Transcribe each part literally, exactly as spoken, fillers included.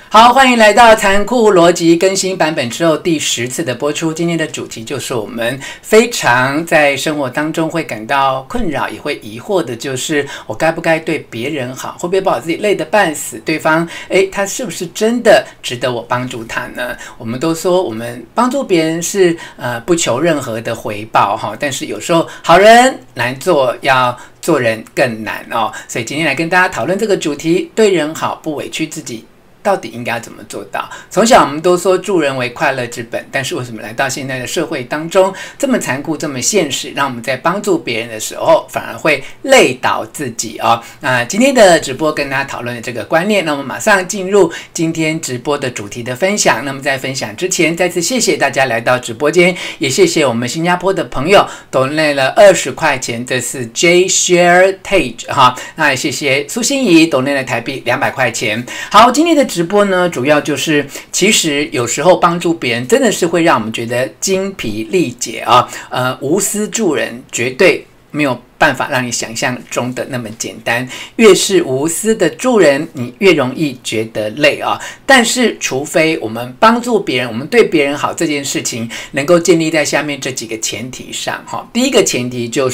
好，欢迎来到残酷逻辑更新版本之后第十次的播出。今天的主题就是我们非常在生活当中会感到困扰，也会疑惑的，就是我该不该对别人好？会不会把我自己累得半死？对方，诶，他是不是真的值得我帮助他呢？我们都说我们帮助别人是呃不求任何的回报哈，但是有时候好人难做，要做人更难哦。所以今天来跟大家讨论这个主题：对人好，不委屈自己。到底应该要怎么做到？从小我们都说助人为快乐之本，但是为什么来到现在的社会当中这么残酷、这么现实，让我们在帮助别人的时候反而会累倒自己哦？那今天的直播跟大家讨论的这个观念，那我们马上进入今天直播的主题的分享。那么在分享之前，再次谢谢大家来到直播间，也谢谢我们新加坡的朋友donate了二十块钱，这是 J Share Tage 哈。那也谢谢苏心怡donate了台币两百块钱。好，今天的直播呢，主要就是其实有时候帮助别人真的是会让我们觉得精疲力竭啊，呃，无私助人绝对没有办法让你想象中的那么简单。越是无私的助人，你越容易觉得累啊。但是，除非我们帮助别人，我们对别人好这件事情，能够建立在下面这几个前提上哈。第一个前提就是。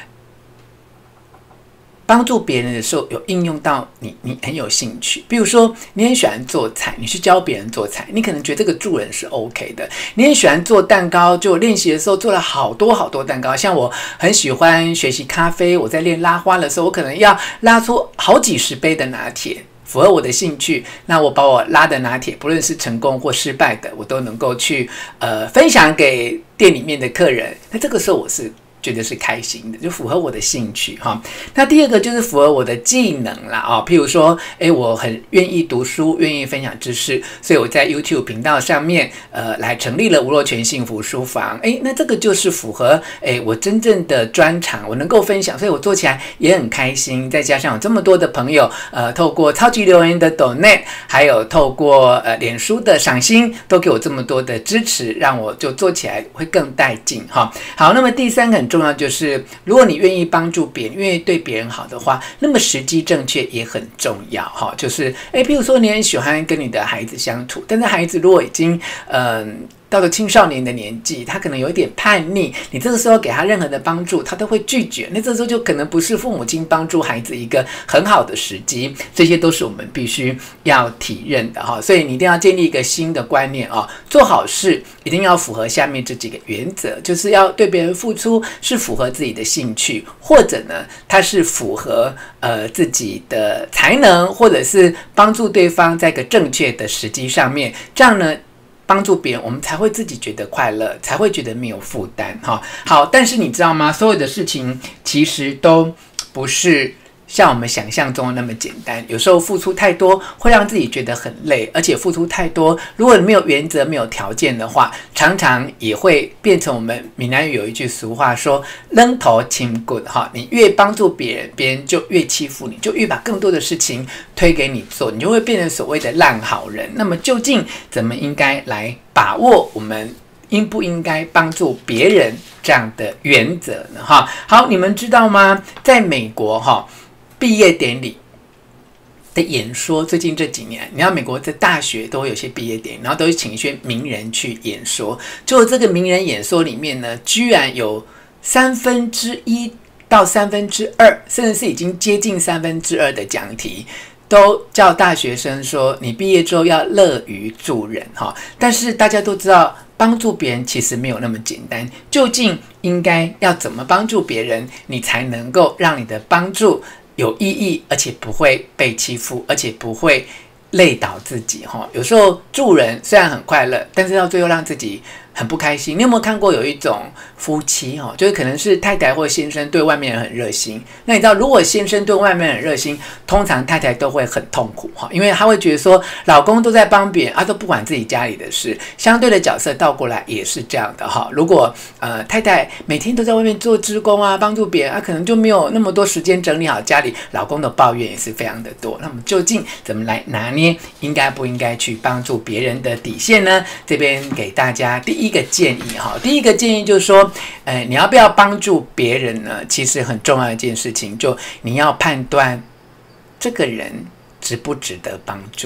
帮助别人的时候，有应用到你，你很有兴趣。比如说，你很喜欢做菜，你去教别人做菜，你可能觉得这个助人是 OK 的。你很喜欢做蛋糕，就练习的时候做了好多好多蛋糕。像我很喜欢学习咖啡，我在练拉花的时候，我可能要拉出好几十杯的拿铁。符合我的兴趣，那我把我拉的拿铁，不论是成功或失败的，我都能够去呃分享给店里面的客人。那这个时候我是觉得是开心的，就符合我的兴趣哈。那第二个就是符合我的技能啦哦，譬如说，哎，我很愿意读书，愿意分享知识，所以我在 YouTube 频道上面，呃，来成立了吴若权幸福书房。哎，那这个就是符合哎我真正的专长，我能够分享，所以我做起来也很开心。再加上有这么多的朋友，呃，透过超级留言的 donate， 还有透过呃脸书的赏心，都给我这么多的支持，让我就做起来会更带劲哈。好，那么第三个很重要就是，如果你愿意帮助别人，愿意对别人好的话，那么时机正确也很重要哈。就是，哎，譬如说你很喜欢跟你的孩子相处，但是孩子如果已经，嗯、呃。到了青少年的年纪，他可能有一点叛逆，你这个时候给他任何的帮助，他都会拒绝。那这时候就可能不是父母亲帮助孩子一个很好的时机，这些都是我们必须要体认的哈。所以你一定要建立一个新的观念啊，做好事一定要符合下面这几个原则，就是要对别人付出是符合自己的兴趣，或者呢，它是符合呃自己的才能，或者是帮助对方在一个正确的时机上面，这样呢。帮助别人，我们才会自己觉得快乐，才会觉得没有负担哈。好，但是你知道吗？所有的事情其实都不是像我们想象中的那么简单。有时候付出太多会让自己觉得很累，而且付出太多，如果没有原则、没有条件的话，常常也会变成我们闽南语有一句俗话说“扔头轻棍”哈。你越帮助别人，别人就越欺负你，就越把更多的事情推给你做，你就会变成所谓的烂好人。那么究竟怎么应该来把握我们应不应该帮助别人这样的原则呢？哈，好，你们知道吗？在美国哈。毕业典礼的演说，最近这几年，你看美国的大学都会有些毕业典礼，然后都会请一些名人去演说。就这个名人演说里面呢，居然有三分之一到三分之二，甚至是已经接近三分之二的讲题，都叫大学生说，你毕业之后要乐于助人哈。但是大家都知道。帮助别人其实没有那么简单，究竟应该要怎么帮助别人，你才能够让你的帮助有意义，而且不会被欺负，而且不会累倒自己哈。有时候助人虽然很快乐，但是到最后让自己很不开心。你有没有看过有一种夫妻哈，就是可能是太太或先生对外面人很热心，那你知道如果先生对外面人很热心，通常太太都会很痛苦哈，因为他会觉得说老公都在帮别人啊，都不管自己家里的事。相对的角色倒过来也是这样的哈。如果呃太太每天都在外面做志工啊，帮助别人啊，可能就没有那么多时间整理好家里，老公的抱怨也是非常的多。那么究竟怎么来拿捏应该不应该去帮助别人的底线呢？这边给大家第一个建议哈，第一个建议就是说，呃，你要不要帮助别人呢？其实很重要的一件事情，就你要判断这个人值不值得帮助。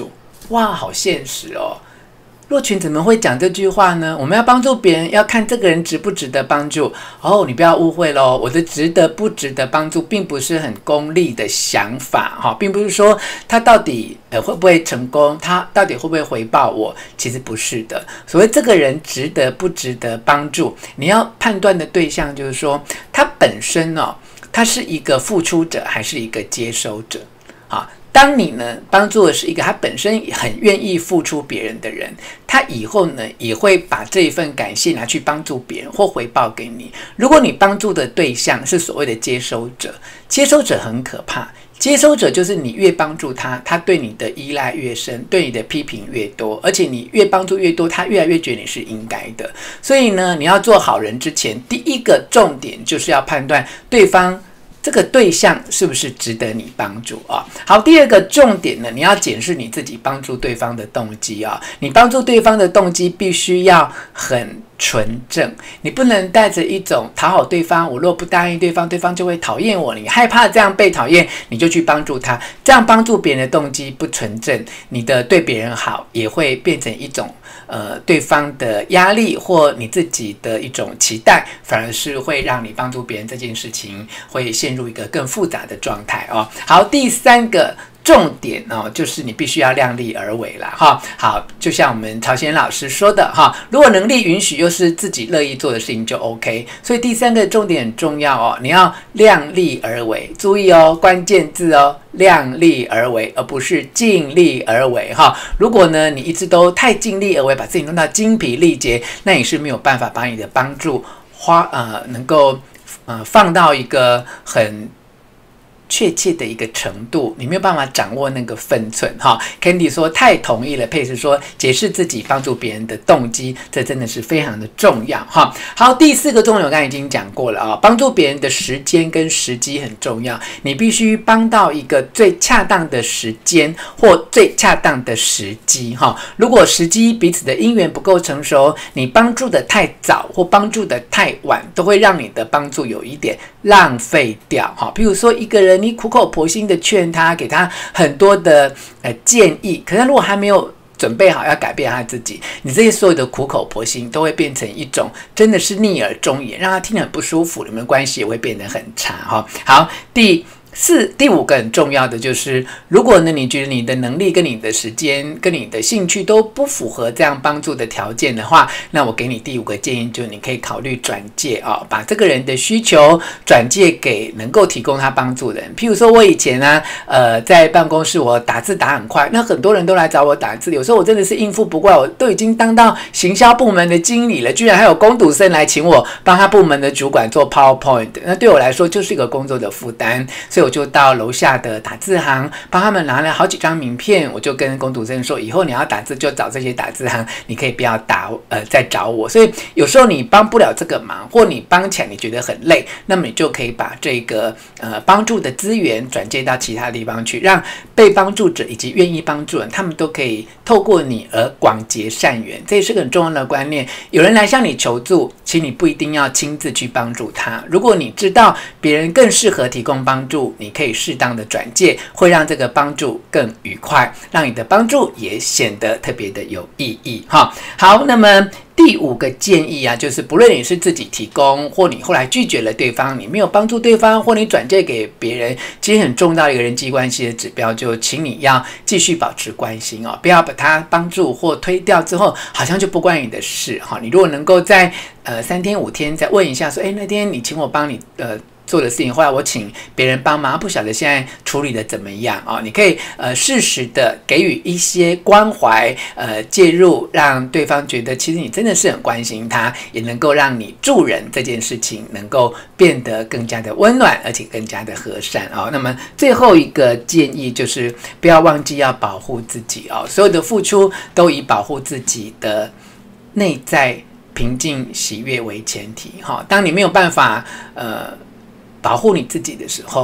哇，好现实哦。若群怎么会讲这句话呢？我们要帮助别人，要看这个人值不值得帮助。哦，你不要误会咯，我的值得不值得帮助，并不是很功利的想法哈，并不是说他到底呃会不会成功，他到底会不会回报我，其实不是的。所谓这个人值得不值得帮助，你要判断的对象就是说，他本身哦，他是一个付出者还是一个接收者啊？当你呢帮助的是一个他本身很愿意付出别人的人，他以后呢也会把这一份感谢拿去帮助别人或回报给你。如果你帮助的对象是所谓的接收者，接收者很可怕。接收者就是你越帮助他，他对你的依赖越深，对你的批评越多，而且你越帮助越多，他越来越觉得你是应该的。所以呢，你要做好人之前，第一个重点就是要判断对方这个对象是不是值得你帮助啊？好，第二个重点呢，你要检视你自己帮助对方的动机啊。你帮助对方的动机必须要很纯正，你不能带着一种讨好对方，我若不答应对方，对方就会讨厌我，你害怕这样被讨厌，你就去帮助他，这样帮助别人的动机不纯正，你的对别人好也会变成一种呃对方的压力或你自己的一种期待，反而是会让你帮助别人这件事情会陷入一个更复杂的状态哦。好，第三个重点哦，就是你必须要量力而为啦哈。好，就像我们曹贤老师说的哈，如果能力允许又是自己乐意做的事情就 OK。所以第三个重点很重要哦，你要量力而为，注意哦，关键字哦，量力而为，而不是尽力而为哈。如果呢你一直都太尽力而为，把自己弄到精疲力竭，那你是没有办法把你的帮助花呃能够呃放到一个很确切的一个程度，你没有办法掌握那个分寸哈。Candy 说太同意了，佩斯说解释自己帮助别人的动机，这真的是非常的重要哈。好，第四个重点我刚才已经讲过了啊，帮助别人的时间跟时机很重要，你必须帮到一个最恰当的时间或最恰当的时机哈。如果时机彼此的因缘不够成熟，你帮助的太早或帮助的太晚，都会让你的帮助有一点浪费掉哈。比如说一个人，你苦口婆心的劝他，给他很多的呃建议，可是如果还没有准备好要改变他自己，你这些所有的苦口婆心都会变成一种真的是逆耳忠言，让他听得很不舒服，你们的关系也会变得很差哈。好，第四第五个很重要的就是，如果呢你觉得你的能力跟你的时间跟你的兴趣都不符合这样帮助的条件的话，那我给你第五个建议，就是你可以考虑转介啊、哦，把这个人的需求转介给能够提供他帮助的人。譬如说我以前呢、啊，呃，在办公室我打字打很快，那很多人都来找我打字，有时候我真的是应付不过来，我都已经当到行销部门的经理了，居然还有工读生来请我帮他部门的主管做 PowerPoint， 那对我来说就是一个工作的负担，所以我就到楼下的打字行帮他们拿了好几张名片，我就跟工读生说，以后你要打字就找这些打字行，你可以不要打呃再找我。所以有时候你帮不了这个忙，或你帮起来你觉得很累，那么你就可以把这个呃帮助的资源转接到其他地方去，让被帮助者以及愿意帮助人，他们都可以透过你而广结善缘，这也是个很重要的观念。有人来向你求助，其实你不一定要亲自去帮助他，如果你知道别人更适合提供帮助，你可以适当的转介，会让这个帮助更愉快，让你的帮助也显得特别的有意义哈。好，那么第五个建议啊，就是不论你是自己提供，或你后来拒绝了对方，你没有帮助对方，或你转介给别人，其实很重要的一个人际关系的指标，就请你要继续保持关心哦，不要把他帮助或推掉之后，好像就不关你的事哈。你如果能够在呃三天五天再问一下说，哎，那天你请我帮你呃。做的事情，后来我请别人帮忙，不晓得现在处理的怎么样啊、哦？你可以呃适时的给予一些关怀，呃介入，让对方觉得其实你真的是很关心他，也能够让你助人这件事情能够变得更加的温暖，而且更加的和善啊、哦。那么最后一个建议就是不要忘记要保护自己哦，所有的付出都以保护自己的内在平静喜悦为前提哈、哦。当你没有办法呃。保护你自己的时候，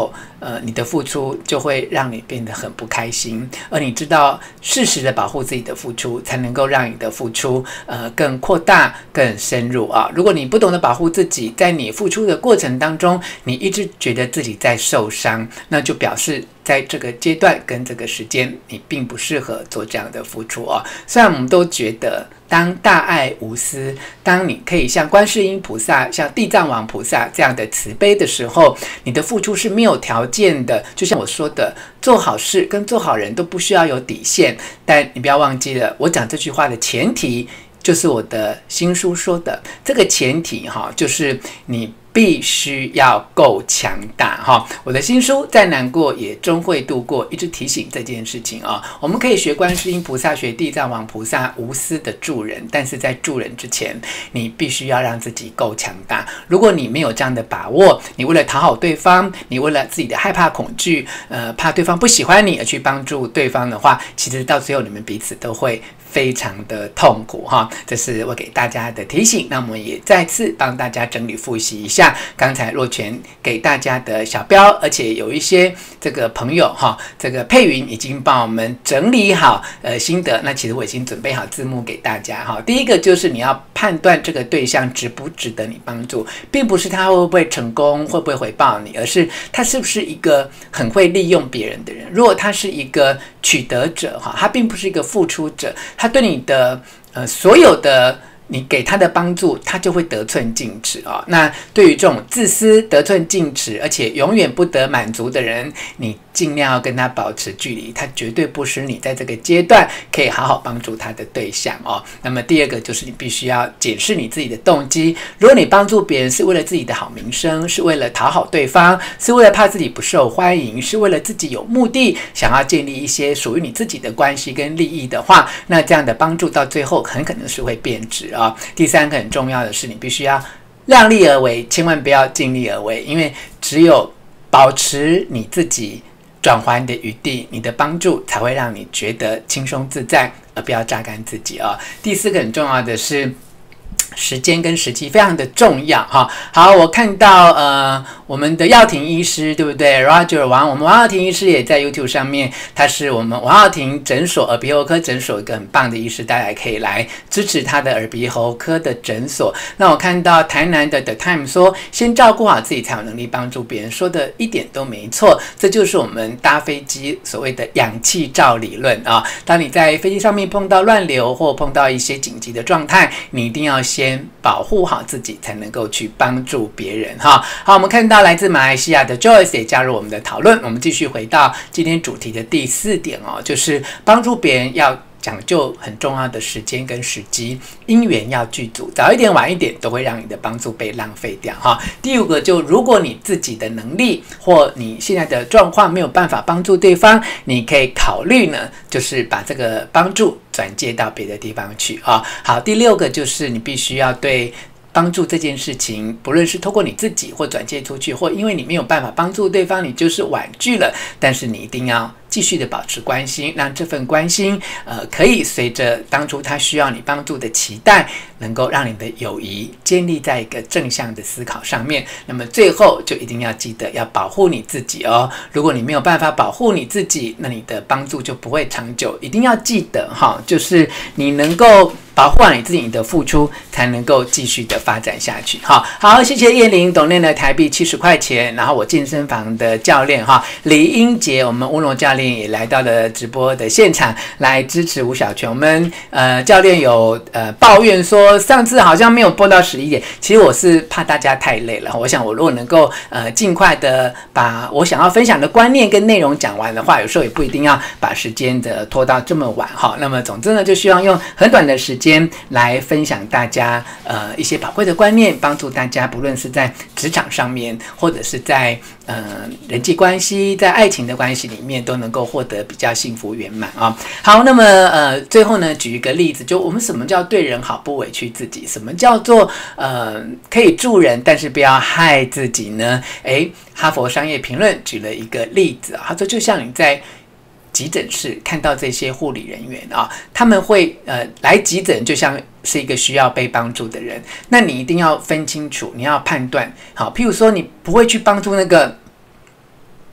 呃，你的付出就会让你变得很不开心。而你知道适时的保护自己的付出，才能够让你的付出呃更扩大、更深入啊。如果你不懂得保护自己，在你付出的过程当中，你一直觉得自己在受伤，那就表示在这个阶段跟这个时间，你并不适合做这样的付出哦。虽然我们都觉得，当大爱无私，当你可以像观世音菩萨、像地藏王菩萨这样的慈悲的时候，你的付出是没有条件的。就像我说的，做好事跟做好人都不需要有底线。但你不要忘记了，我讲这句话的前提，就是我的新书说的这个前提哈，就是你必须要够强大哈！我的新书再难过也终会度过，一直提醒这件事情啊。我们可以学观世音菩萨、学地藏王菩萨无私的助人，但是在助人之前，你必须要让自己够强大。如果你没有这样的把握，你为了讨好对方，你为了自己的害怕、恐惧，呃，怕对方不喜欢你而去帮助对方的话，其实到最后你们彼此都会非常的痛苦哈。这是我给大家的提醒。那我们也再次帮大家整理复习一下刚才若权给大家的小标，而且有一些这个朋友哈，这个佩云已经帮我们整理好呃心得。那其实我已经准备好字幕给大家哈。第一个就是你要判断这个对象值不值得你帮助，并不是他会不会成功，会不会回报你，而是他是不是一个很会利用别人的人。如果他是一个取得者哈，他并不是一个付出者，他对你的呃所有的你给他的帮助，他就会得寸进尺啊、哦。那对于这种自私、得寸进尺，而且永远不得满足的人，你尽量要跟他保持距离，他绝对不是你在这个阶段可以好好帮助他的对象哦。那么第二个就是你必须要检视你自己的动机。如果你帮助别人是为了自己的好名声，是为了讨好对方，是为了怕自己不受欢迎，是为了自己有目的想要建立一些属于你自己的关系跟利益的话，那这样的帮助到最后很可能是会变质啊、哦。第三个很重要的是，你必须要量力而为，千万不要尽力而为，因为只有保持你自己转圜的余地，你的帮助才会让你觉得轻松自在，而不要榨干自己啊、哦。第四个很重要的是，时间跟时机非常的重要哈。好，我看到呃我们的耀庭医师对不对 ？Roger 王，我们王耀庭医师也在 YouTube 上面，他是我们王耀庭诊所耳鼻喉科诊所一个很棒的医师，大家也可以来支持他的耳鼻喉科的诊所。那我看到台南的 The Time 说，先照顾好自己才有能力帮助别人，说的一点都没错，这就是我们搭飞机所谓的氧气罩理论啊。当你在飞机上面碰到乱流或碰到一些紧急的状态，你一定要先先保护好自己，才能够去帮助别人哈。好，我们看到来自马来西亚的 Joyce 也加入我们的讨论。我们继续回到今天主题的第四点哦，就是帮助别人要讲究很重要的时间跟时机，因缘要具足，早一点晚一点都会让你的帮助被浪费掉哈。第五个，就如果你自己的能力或你现在的状况没有办法帮助对方，你可以考虑呢，就是把这个帮助转接到别的地方去啊。好，第六个就是你必须要对帮助这件事情，不论是透过你自己或转介出去，或因为你没有办法帮助对方，你就是婉拒了，但是你一定要继续的保持关心，让这份关心呃可以随着当初他需要你帮助的期待，能够让你的友谊建立在一个正向的思考上面。那么最后就一定要记得要保护你自己哦。如果你没有办法保护你自己，那你的帮助就不会长久。一定要记得哈，就是你能够保护好你自己的付出，才能够继续的发展下去。好，好，谢谢叶玲抖内的台币七十块钱，然后我健身房的教练哈李英杰，我们乌龙教练也来到了直播的现场来支持吴小泉。我们呃教练有呃抱怨说上次好像没有播到十一点，其实我是怕大家太累了。我想我如果能够呃尽快的把我想要分享的观念跟内容讲完的话，有时候也不一定要把时间的拖到这么晚哈。那么总之呢，就希望用很短的时间来分享大家呃一些宝贵的观念，帮助大家不论是在职场上面，或者是在呃人际关系，在爱情的关系里面，都能够获得比较幸福圆满啊。好，那么呃最后呢，举一个例子，就我们什么叫对人好不委屈自己，什么叫做呃可以助人但是不要害自己呢？诶，哈佛商业评论举了一个例子啊，他说就像你在急诊室看到这些护理人员啊，他们会呃来急诊，就像是一个需要被帮助的人，那你一定要分清楚，你要判断好，譬如说你不会去帮助那个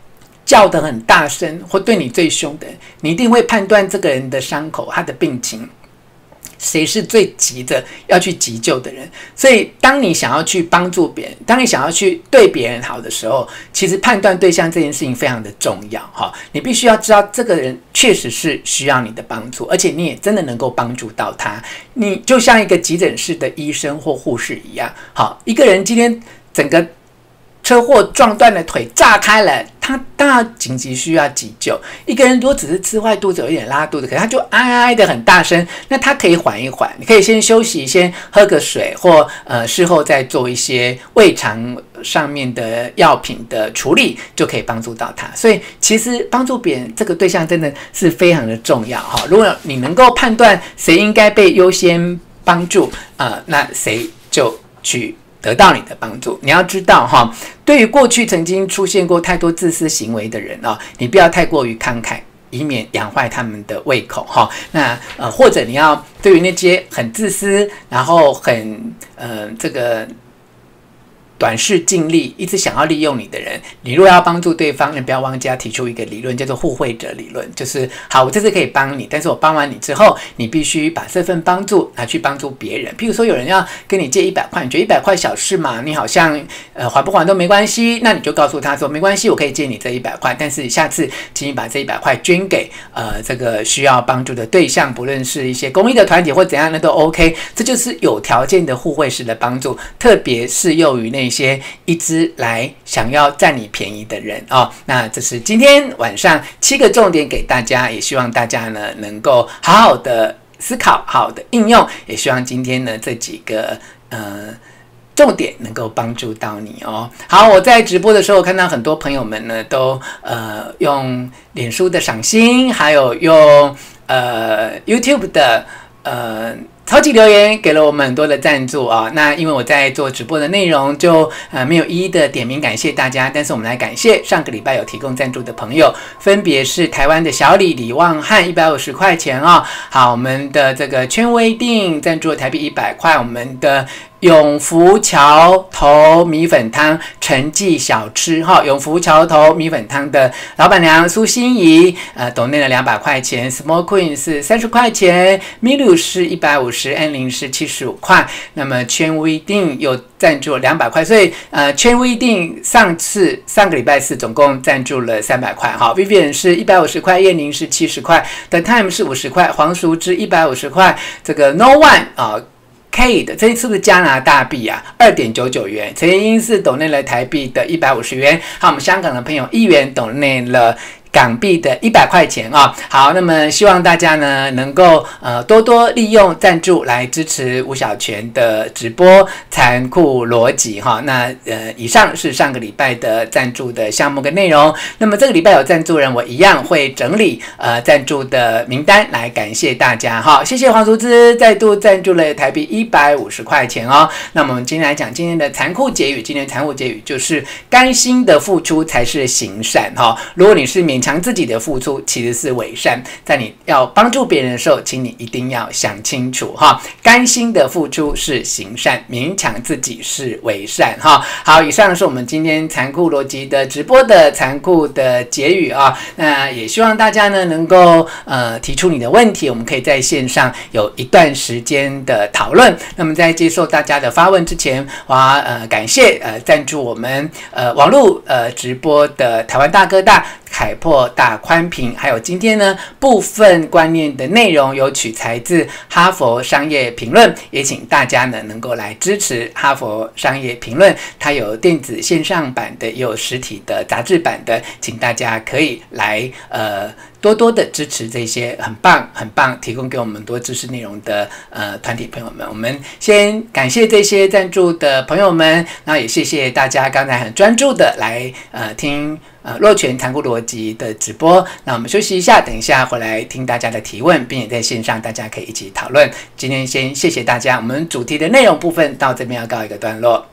叫得很大声或对你最凶的人，你一定会判断这个人的伤口、他的病情，谁是最急的要去急救的人。所以当你想要去帮助别人，当你想要去对别人好的时候，其实判断对象这件事情非常的重要哈。你必须要知道这个人确实是需要你的帮助，而且你也真的能够帮助到他。你就像一个急诊室的医生或护士一样，好，一个人今天整个车祸撞断了腿，炸开了，他当然紧急需要急救。一个人如果只是吃坏肚子，有一点拉肚子，可是他就哀哀的很大声，那他可以缓一缓，你可以先休息，先喝个水，或呃事后再做一些胃肠上面的药品的处理，就可以帮助到他。所以其实帮助别人这个对象真的是非常的重要哈。如果你能够判断谁应该被优先帮助，呃，那谁就去得到你的帮助。你要知道哈，对于过去曾经出现过太多自私行为的人啊，你不要太过于慷慨，以免养坏他们的胃口哈。那呃，或者你要对于那些很自私，然后很呃这个短视近利，一直想要利用你的人，你如果要帮助对方，你不要忘记要提出一个理论，叫做互惠者理论。就是好，我这次可以帮你，但是我帮完你之后，你必须把这份帮助拿去帮助别人。譬如说，有人要跟你借一百块，你觉得一百块小事嘛，你好像呃还不还都没关系，那你就告诉他说，没关系，我可以借你这一百块，但是下次请你把这一百块捐给呃这个需要帮助的对象，不论是一些公益的团体或怎样，那都 OK。这就是有条件的互惠式的帮助，特别适用于那一些一直来想要占你便宜的人哦。那这是今天晚上七个重点给大家，也希望大家呢能够好好的思考，好好的应用，也希望今天呢这几个呃重点能够帮助到你哦。好，我在直播的时候看到很多朋友们呢都呃用脸书的赏心，还有用呃 YouTube 的呃超级留言给了我们很多的赞助啊、哦，那因为我在做直播的内容就呃没有一一的点名感谢大家，但是我们来感谢上个礼拜有提供赞助的朋友，分别是台湾的小李李旺汉一百五十块钱啊、哦，好，我们的这个圈威定赞助了台币一百块，我们的永福桥头米粉汤陈记小吃哈，永福桥头米粉汤的老板娘苏心怡，呃，抖内了两百块钱 ，Small Queen 是三十块钱 ，Milu 是一百五十，安玲是七十五块，那么圈威定有赞助了两百块，所以呃，圈威定上次上个礼拜四总共赞助了三百块哈 ，Vivian 是一百五十块，燕玲是七十块 ，The Time 是五十块，黄淑芝一百五十块，这个 No One 啊、呃。K 的，这是不是加拿大币啊？二点九九元。陈英英是抖内了台币的一百五十元。好，我们香港的朋友一元抖内了港币的一百块钱啊、哦。好，那么希望大家呢能够呃多多利用赞助来支持吴小泉的直播残酷逻辑哈。那呃以上是上个礼拜的赞助的项目跟内容。那么这个礼拜有赞助人，我一样会整理呃赞助的名单来感谢大家哈。谢谢黄淑芝再度赞助了台币一百五十块钱哦。那么我们今天来讲今天的残酷结语，今天的残酷结语就是甘心的付出才是行善哈。如果你是勉强自己的付出其实是伪善，在你要帮助别人的时候，请你一定要想清楚哈。甘心的付出是行善，勉强自己是伪善哈。好，以上是我们今天残酷逻辑的直播的残酷的结语啊。那也希望大家呢能够呃提出你的问题，我们可以在线上有一段时间的讨论。那么在接受大家的发问之前，我要呃感谢呃赞助我们呃网络呃直播的台湾大哥大、凯擘大宽屏，还有今天呢部分观念的内容有取材自哈佛商业评论，也请大家呢能够来支持哈佛商业评论，它有电子线上版的，也有实体的杂志版的，请大家可以来呃多多的支持这些很棒很棒提供给我们多知识内容的呃团体朋友们。我们先感谢这些赞助的朋友们，那也谢谢大家刚才很专注的来呃听呃若权残酷逻辑的直播。那我们休息一下，等一下回来听大家的提问，并且在线上大家可以一起讨论。今天先谢谢大家，我们主题的内容部分到这边要告一个段落。